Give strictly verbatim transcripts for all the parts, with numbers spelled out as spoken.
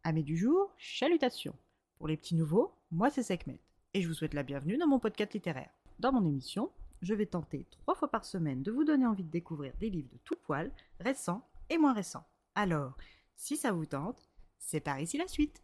Amis du jour, chalutations. Pour les petits nouveaux, moi c'est Sekhmet et je vous souhaite la bienvenue dans mon podcast littéraire. Dans mon émission, je vais tenter trois fois par semaine de vous donner envie de découvrir des livres de tout poil, récents et moins récents. Alors, si ça vous tente, c'est par ici la suite.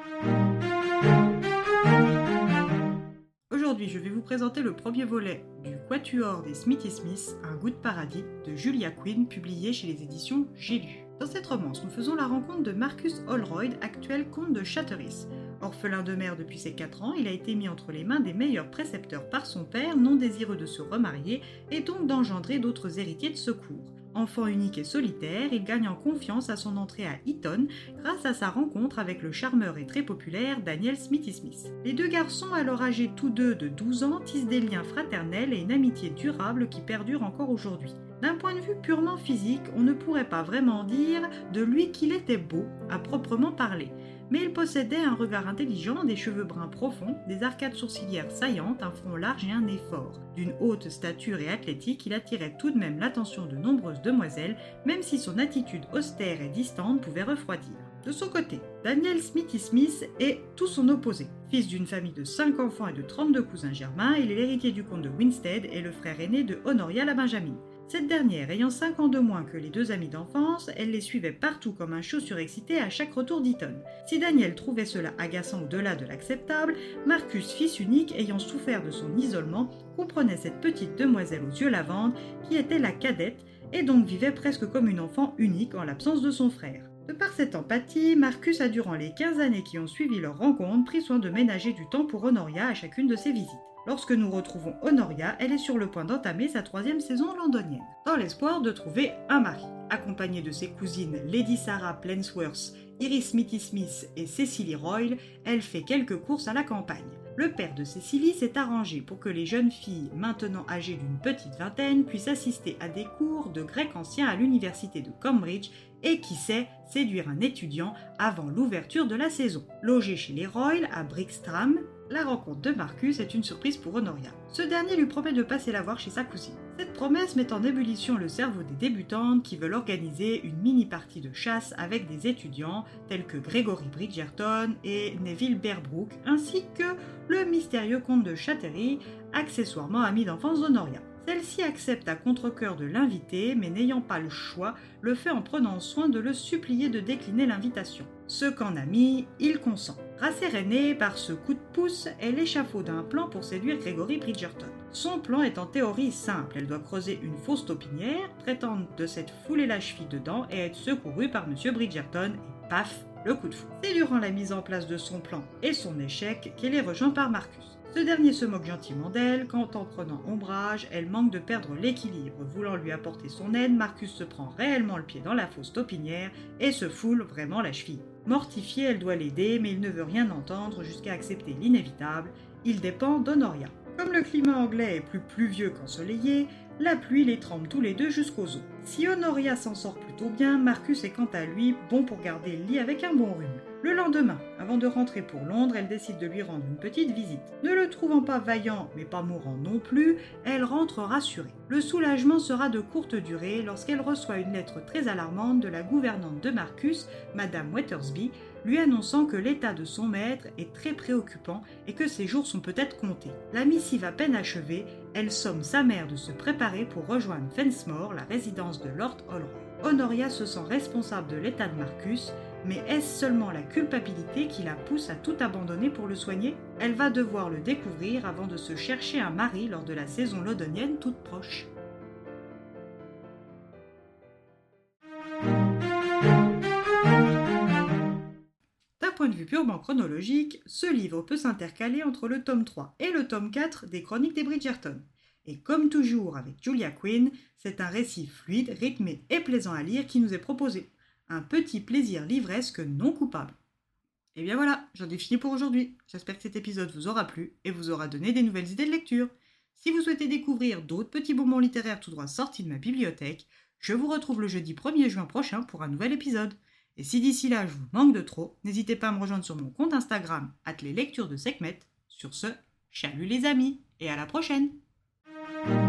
Aujourd'hui, je vais vous présenter le premier volet du Quatuor des Smithy Smith, Un goût de paradis, de Julia Quinn, publié chez les éditions J'ai lu. Dans cette romance, nous faisons la rencontre de Marcus Holroyd, actuel comte de Chatteris. Orphelin de mère depuis ses quatre ans, il a été mis entre les mains des meilleurs précepteurs par son père, non désireux de se remarier, et donc d'engendrer d'autres héritiers de secours. Enfant unique et solitaire, il gagne en confiance à son entrée à Eton grâce à sa rencontre avec le charmeur et très populaire Daniel Smithy Smith. Les deux garçons, alors âgés tous deux de douze ans, tissent des liens fraternels et une amitié durable qui perdure encore aujourd'hui. D'un point de vue purement physique, on ne pourrait pas vraiment dire de lui qu'il était beau, à proprement parler. Mais il possédait un regard intelligent, des cheveux bruns profonds, des arcades sourcilières saillantes, un front large et un nez fort. D'une haute stature et athlétique, il attirait tout de même l'attention de nombreuses demoiselles, même si son attitude austère et distante pouvait refroidir. De son côté, Daniel Smithy Smith est tout son opposé. Fils d'une famille de cinq enfants et de trente-deux cousins germains, il est l'héritier du comte de Winstead et le frère aîné de Honoria la Benjamin. Cette dernière, ayant cinq ans de moins que les deux amis d'enfance, elle les suivait partout comme un chat surexcité à chaque retour d'Eton. Si Daniel trouvait cela agaçant au-delà de l'acceptable, Marcus, fils unique, ayant souffert de son isolement, comprenait cette petite demoiselle aux yeux lavandes qui était la cadette et donc vivait presque comme une enfant unique en l'absence de son frère. De par cette empathie, Marcus a durant les quinze années qui ont suivi leur rencontre pris soin de ménager du temps pour Honoria à chacune de ses visites. Lorsque nous retrouvons Honoria, elle est sur le point d'entamer sa troisième saison londonienne, dans l'espoir de trouver un mari. Accompagnée de ses cousines Lady Sarah Plansworth, Iris Smithy Smith et Cecily Royle, elle fait quelques courses à la campagne. Le père de Cecily s'est arrangé pour que les jeunes filles, maintenant âgées d'une petite vingtaine, puissent assister à des cours de grec ancien à l'université de Cambridge et, qui sait, séduire un étudiant avant l'ouverture de la saison. Logée chez les Royle à Brixtram, la rencontre de Marcus est une surprise pour Honoria. Ce dernier lui promet de passer la voir chez sa cousine. Cette promesse met en ébullition le cerveau des débutantes qui veulent organiser une mini-partie de chasse avec des étudiants tels que Gregory Bridgerton et Neville Bearbrook, ainsi que le mystérieux comte de Chatteris, accessoirement ami d'enfance d'Honoria. Celle-ci accepte à contre-cœur de l'inviter, mais n'ayant pas le choix, le fait en prenant soin de le supplier de décliner l'invitation. Ce qu'en ami, il consent. Rassérénée par ce coup de pouce, elle échafaude un plan pour séduire Gregory Bridgerton. Son plan est en théorie simple, elle doit creuser une fausse taupinière, prétendre de s'être foulé la cheville dedans et être secourue par monsieur Bridgerton, et paf, le coup de fou. C'est durant la mise en place de son plan et son échec qu'elle est rejointe par Marcus. Ce dernier se moque gentiment d'elle, quand en prenant ombrage, elle manque de perdre l'équilibre. Voulant lui apporter son aide, Marcus se prend réellement le pied dans la fausse taupinière et se foule vraiment la cheville. Mortifiée, elle doit l'aider, mais il ne veut rien entendre jusqu'à accepter l'inévitable. Il dépend d'Honoria. Comme le climat anglais est plus pluvieux qu'ensoleillé, la pluie les trempe tous les deux jusqu'aux os. Si Honoria s'en sort plutôt bien, Marcus est quant à lui bon pour garder le lit avec un bon rhume. Le lendemain, avant de rentrer pour Londres, elle décide de lui rendre une petite visite. Ne le trouvant pas vaillant, mais pas mourant non plus, elle rentre rassurée. Le soulagement sera de courte durée lorsqu'elle reçoit une lettre très alarmante de la gouvernante de Marcus, Madame Wethersby, lui annonçant que l'état de son maître est très préoccupant et que ses jours sont peut-être comptés. La missive à peine achevée, elle somme sa mère de se préparer pour rejoindre Fensmore, la résidence de Lord Holroyd. Honoria se sent responsable de l'état de Marcus, mais est-ce seulement la culpabilité qui la pousse à tout abandonner pour le soigner ? Elle va devoir le découvrir avant de se chercher un mari lors de la saison londonienne toute proche. D'un point de vue purement chronologique, ce livre peut s'intercaler entre le tome trois et le tome quatre des Chroniques des Bridgerton. Et comme toujours avec Julia Quinn, c'est un récit fluide, rythmé et plaisant à lire qui nous est proposé. Un petit plaisir livresque non coupable. Et bien voilà, j'en ai fini pour aujourd'hui. J'espère que cet épisode vous aura plu et vous aura donné des nouvelles idées de lecture. Si vous souhaitez découvrir d'autres petits moments littéraires tout droit sortis de ma bibliothèque, je vous retrouve le jeudi premier juin prochain pour un nouvel épisode. Et si d'ici là je vous manque de trop, n'hésitez pas à me rejoindre sur mon compte Instagram, arobase les lectures de Sekhmet. Sur ce, chalut les amis, et à la prochaine!